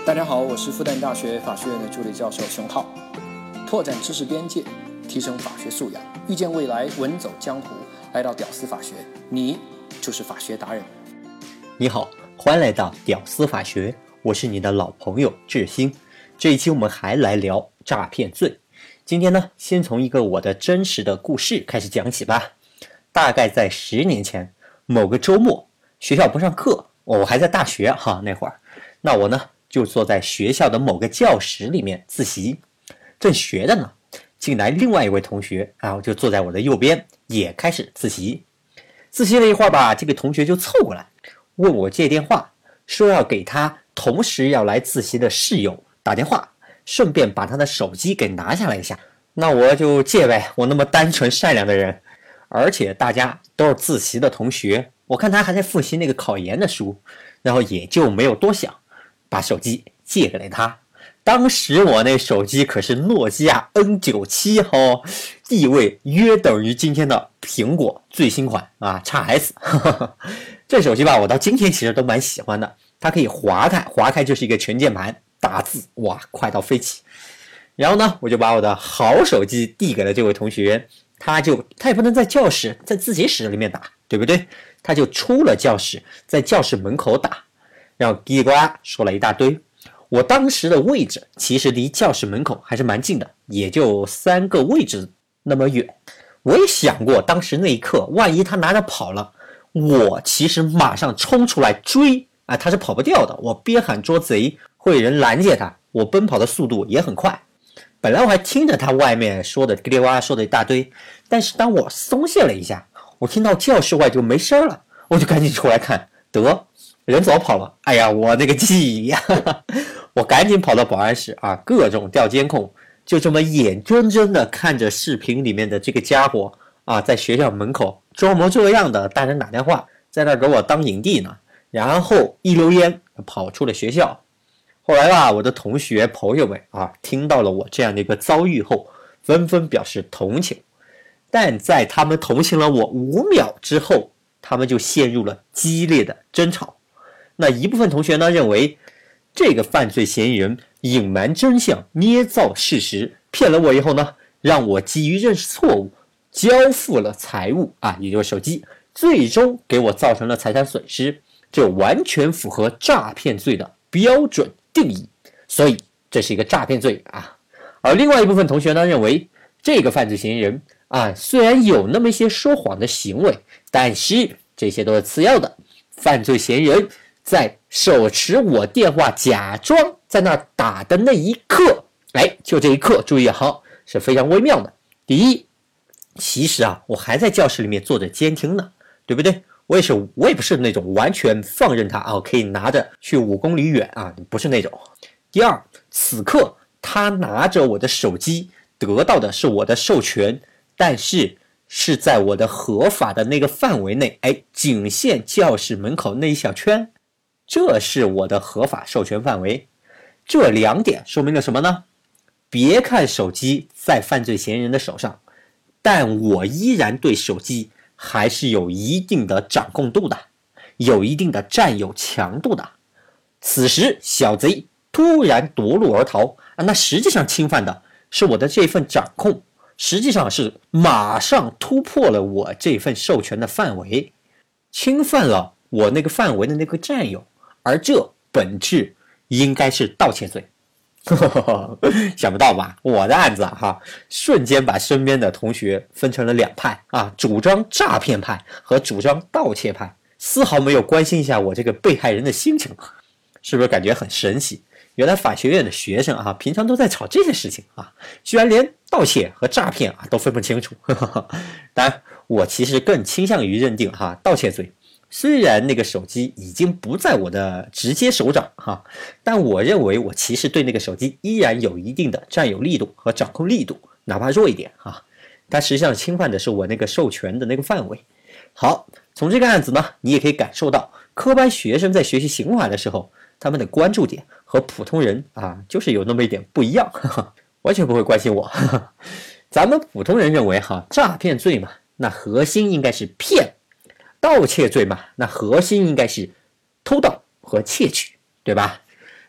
大家好，我是复旦大学法学院的助理教授熊浩。拓展知识边界，提升法学素养，遇见未来，稳走江湖。来到屌丝法学，你就是法学达人。 你好，欢迎来到屌丝法学，我是你的老朋友志新。这一期我们还来聊诈骗罪。今天呢，先从一个我的真实的故事开始讲起吧。大概在10年前，某个周末，学校不上课，我还在大学哈那会儿，那我呢就坐在学校的某个教室里面自习，正学着呢，进来另外一位同学啊，就坐在我的右边，也开始自习。自习了一会儿吧，这个同学就凑过来问我借电话，说要给他同时要来自习的室友打电话，顺便把他的手机给拿下来一下。那我就借呗，我那么单纯善良的人，而且大家都是自习的同学，我看他还在复习那个考研的书，然后也就没有多想，把手机借给了他。当时我那手机可是诺基亚 N97 哦，地位约等于今天的苹果最新款啊 XS 这手机吧，我到今天其实都蛮喜欢的，它可以划开就是一个全键盘，打字哇快到飞起。然后呢，我就把我的好手机递给了这位同学，他也不能在教室在自习室里面打，对不对？他就出了教室，在教室门口打，然后叽里呱啦说了一大堆。我当时的位置其实离教室门口还是蛮近的，也就3个位置那么远。我也想过当时那一刻万一他拿着跑了，我其实马上冲出来追啊，他是跑不掉的，我边喊捉贼会有人拦截他，我奔跑的速度也很快。本来我还听着他外面说的叽里呱啦说的一大堆，但是当我松懈了一下，我听到教室外就没声了，我就赶紧出来看，得人早跑了。哎呀，我那个记忆呀，我赶紧跑到保安室啊，各种调监控，就这么眼睁睁的看着视频里面的这个家伙啊，在学校门口装模作样的大人打电话，在那给我当影帝呢，然后一溜烟跑出了学校。后来吧，我的同学朋友们啊，听到了我这样的一个遭遇后，纷纷表示同情。但在他们同情了我5秒之后，他们就陷入了激烈的争吵。那一部分同学呢，认为这个犯罪嫌疑人隐瞒真相，捏造事实，骗了我以后呢，让我基于认识错误，交付了财物啊，也就是手机，最终给我造成了财产损失，这完全符合诈骗罪的标准定义，所以这是一个诈骗罪啊。而另外一部分同学呢，认为这个犯罪嫌疑人啊，虽然有那么一些说谎的行为，但是这些都是次要的。犯罪嫌疑人在手持我电话假装在那打的那一刻，就这一刻，注意哈，是非常微妙的。第一，其实啊，我还在教室里面坐着监听呢，对不对？我也不是那种完全放任他啊，可以拿着去5公里远啊，不是那种。第二，此刻他拿着我的手机得到的是我的授权，但是是在我的合法的那个范围内，仅限教室门口那一小圈，这是我的合法授权范围。这2点说明了什么呢？别看手机在犯罪嫌疑人的手上，但我依然对手机还是有一定的掌控度的，有一定的占有强度的。此时小贼突然夺路而逃啊，那实际上侵犯的是我的这份掌控，实际上是马上突破了我这份授权的范围，侵犯了我那个范围的那个占有，而这本质应该是盗窃罪。想不到吧，我的案子瞬间把身边的同学分成了2派啊，主张诈骗派和主张盗窃派，丝毫没有关心一下我这个被害人的心情，是不是感觉很神奇？原来法学院的学生啊，平常都在吵这些事情啊，居然连盗窃和诈骗啊都分不清楚。当然，我其实更倾向于认定盗窃罪。虽然那个手机已经不在我的直接手掌但我认为我其实对那个手机依然有一定的占有力度和掌控力度，哪怕弱一点它实际上侵犯的是我那个授权的那个范围。好，从这个案子呢，你也可以感受到科班学生在学习刑法的时候，他们的关注点和普通人就是有那么一点不一样，完全不会关心我。咱们普通人认为诈骗罪嘛，那核心应该是骗；盗窃罪嘛，那核心应该是偷盗和窃取，对吧？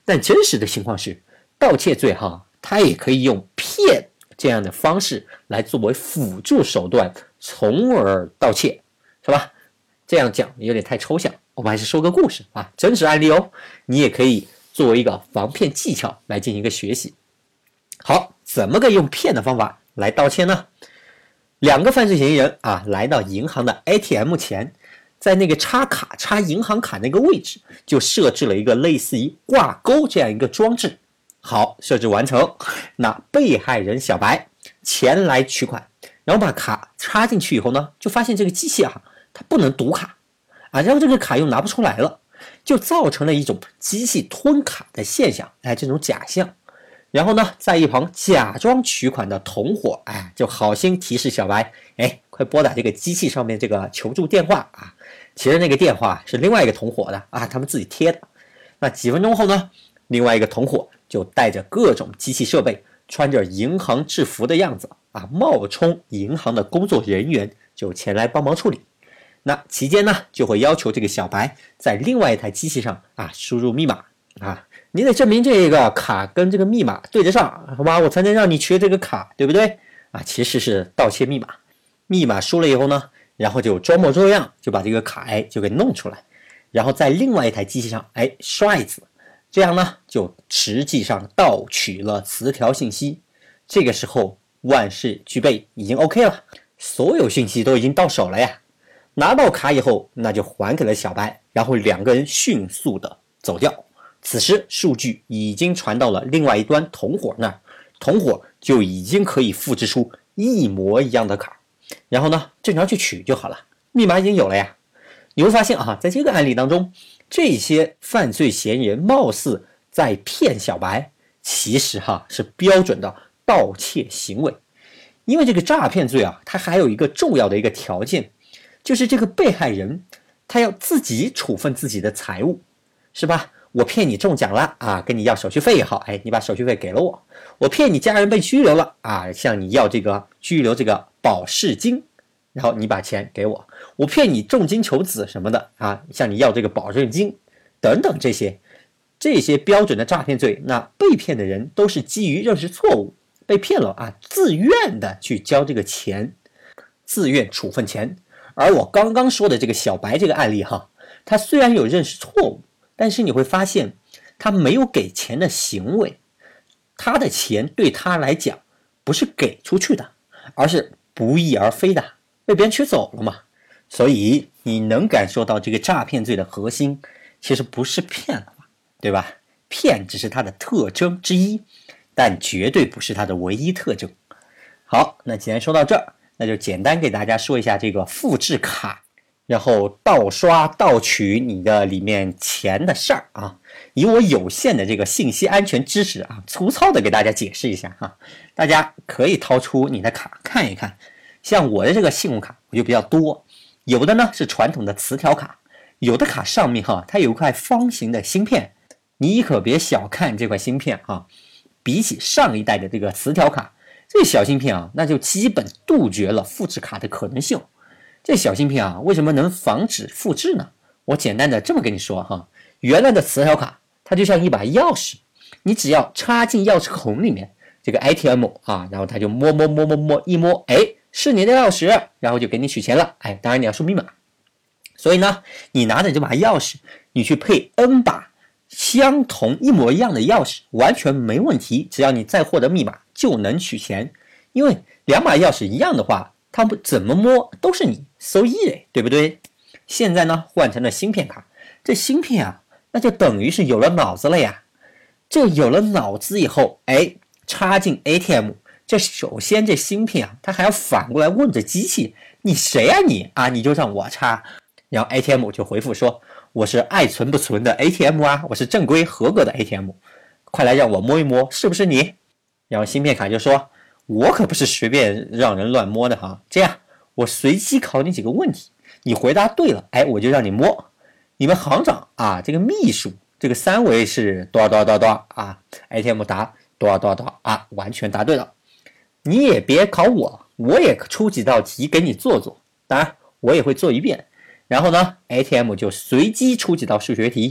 但真实的情况是，盗窃罪它也可以用骗这样的方式来作为辅助手段，从而盗窃，是吧？这样讲有点太抽象，我们还是说个故事真实案例哦，你也可以作为一个防骗技巧来进行一个学习。好，怎么个用骗的方法来盗窃呢？两个犯罪嫌疑人来到银行的 ATM 前，在那个插银行卡那个位置就设置了一个类似于挂钩这样一个装置。好，设置完成，那被害人小白前来取款，然后把卡插进去以后呢，就发现这个机器它不能读卡然后这个卡又拿不出来了，就造成了一种机器吞卡的现象，这种假象。然后呢，在一旁假装取款的同伙就好心提示小白，快拨打这个机器上面这个求助电话其实那个电话是另外一个同伙的他们自己贴的。那几分钟后呢，另外一个同伙就带着各种机器设备，穿着银行制服的样子冒充银行的工作人员，就前来帮忙处理。那期间呢，就会要求这个小白在另外一台机器上输入密码你得证明这个卡跟这个密码对得上，好吧，我才能让你取这个卡，对不对其实是盗窃密码，密码输了以后呢，然后就装模作样就把这个卡就给弄出来，然后在另外一台机器上刷一次，这样呢就实际上盗取了词条信息。这个时候万事俱备，已经 OK 了，所有信息都已经到手了呀。拿到卡以后，那就还给了小白，然后两个人迅速的走掉。此时数据已经传到了另外一端同伙那儿，同伙就已经可以复制出一模一样的卡，然后呢正常去取就好了，密码已经有了呀。你会发现在这个案例当中，这些犯罪嫌疑人貌似在骗小白，其实是标准的盗窃行为。因为这个诈骗罪它还有一个重要的一个条件，就是这个被害人他要自己处分自己的财物，是吧？我骗你中奖了跟你要手续费也好，你把手续费给了我。我骗你家人被拘留了向你要这个拘留这个保释金，然后你把钱给我。我骗你重金求子什么的向你要这个保证金等等，这些标准的诈骗罪，那被骗的人都是基于认识错误被骗了自愿的去交这个钱，自愿处分钱。而我刚刚说的这个小白这个案例他虽然有认识错误，但是你会发现他没有给钱的行为，他的钱对他来讲不是给出去的，而是不翼而飞的，被别人取走了嘛。所以你能感受到这个诈骗罪的核心其实不是骗了嘛，对吧？骗只是它的特征之一，但绝对不是它的唯一特征。好，那既然说到这儿，那就简单给大家说一下这个复制卡然后盗刷盗取你的里面钱的事儿以我有限的这个信息安全知识粗糙的给大家解释一下大家可以掏出你的卡看一看。像我的这个信用卡我就比较多，有的呢是传统的磁条卡，有的卡上面它有一块方形的芯片，你可别小看这块芯片比起上一代的这个磁条卡，这个小芯片那就基本杜绝了复制卡的可能性。这小芯片为什么能防止复制呢？我简单的这么跟你说原来的磁条卡它就像一把钥匙，你只要插进钥匙孔里面，这个 ATM 然后它就摸一摸，是你的钥匙，然后就给你取钱了，当然你要输密码。所以呢，你拿着这把钥匙，你去配 N 把相同一模一样的钥匙完全没问题，只要你再获得密码就能取钱。因为两把钥匙一样的话，它们怎么摸都是你 so easy， 对不对？现在呢换成了芯片卡，这芯片那就等于是有了脑子了呀。这有了脑子以后插进 ATM， 这首先这芯片它还要反过来问这机器，你谁你就让我插。然后 ATM 就回复说，我是爱存不存的 ATM 我是正规合格的 ATM， 快来让我摸一摸，是不是你？然后芯片卡就说，我可不是随便让人乱摸的这样我随机考你几个问题，你回答对了我就让你摸。你们行长这个秘书这个三维是多少多少多少多少ATM 答多少多少多少完全答对了。你也别考我也出几道题给你做做，当然我也会做一遍。然后呢 ATM 就随机出几道数学题，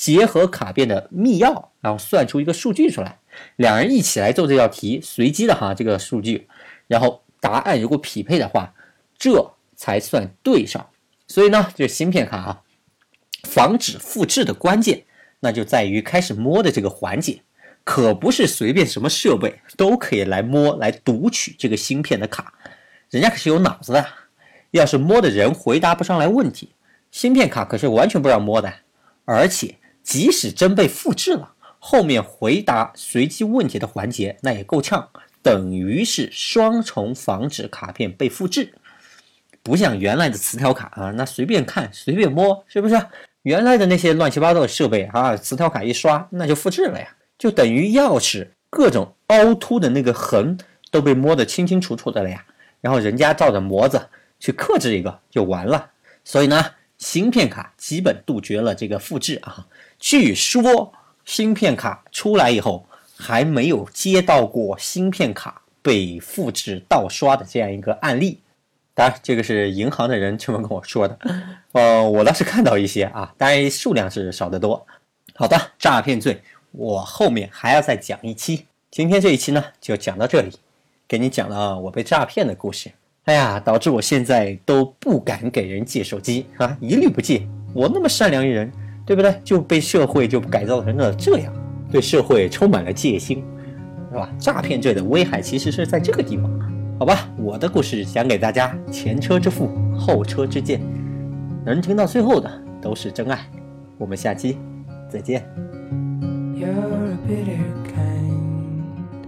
结合卡片的密钥，然后算出一个数据出来，两人一起来做这道题，随机的这个数据，然后答案如果匹配的话，这才算对上。所以呢，这芯片卡防止复制的关键，那就在于开始摸的这个环节，可不是随便什么设备都可以来摸来读取这个芯片的卡，人家可是有脑子的，要是摸的人回答不上来问题，芯片卡可是完全不让摸的。而且即使真被复制了，后面回答随机问题的环节那也够呛，等于是双重防止卡片被复制。不像原来的磁条卡那随便看随便摸，是不是？原来的那些乱七八糟的设备磁条卡一刷那就复制了呀，就等于钥匙各种凹凸的那个痕都被摸得清清楚楚的了呀，然后人家照着模子去刻制一个就完了。所以呢，芯片卡基本杜绝了这个复制据说芯片卡出来以后还没有接到过芯片卡被复制盗刷的这样一个案例。当然这个是银行的人这么跟我说的我倒是看到一些当然数量是少得多。好的，诈骗罪我后面还要再讲一期，今天这一期呢就讲到这里，给你讲了我被诈骗的故事。哎呀，导致我现在都不敢给人借手机一律不借。我那么善良一人，对不对？就被社会就改造成了这样，对社会充满了戒心，是吧？诈骗罪的危害其实是在这个地方。好吧，我的故事讲给大家，前车之鉴，后车之鉴，能听到最后的都是真爱。我们下期再见。 You're a bitter kind,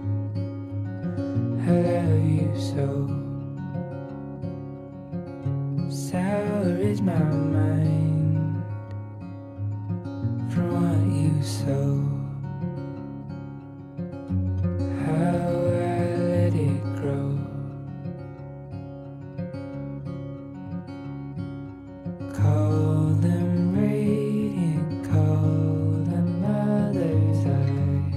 I love you so. Sour is my mind from what you sow. How I let it grow. Call them radiant, call them mother's eyes.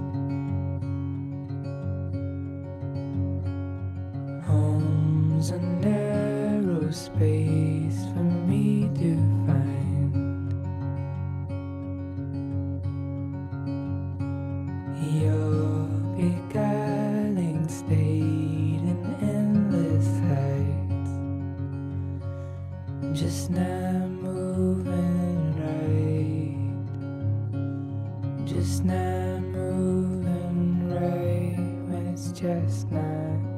Home's a narrow space for me to find. Your beguiling state in endless heights, just not moving right, just not moving right when it's just not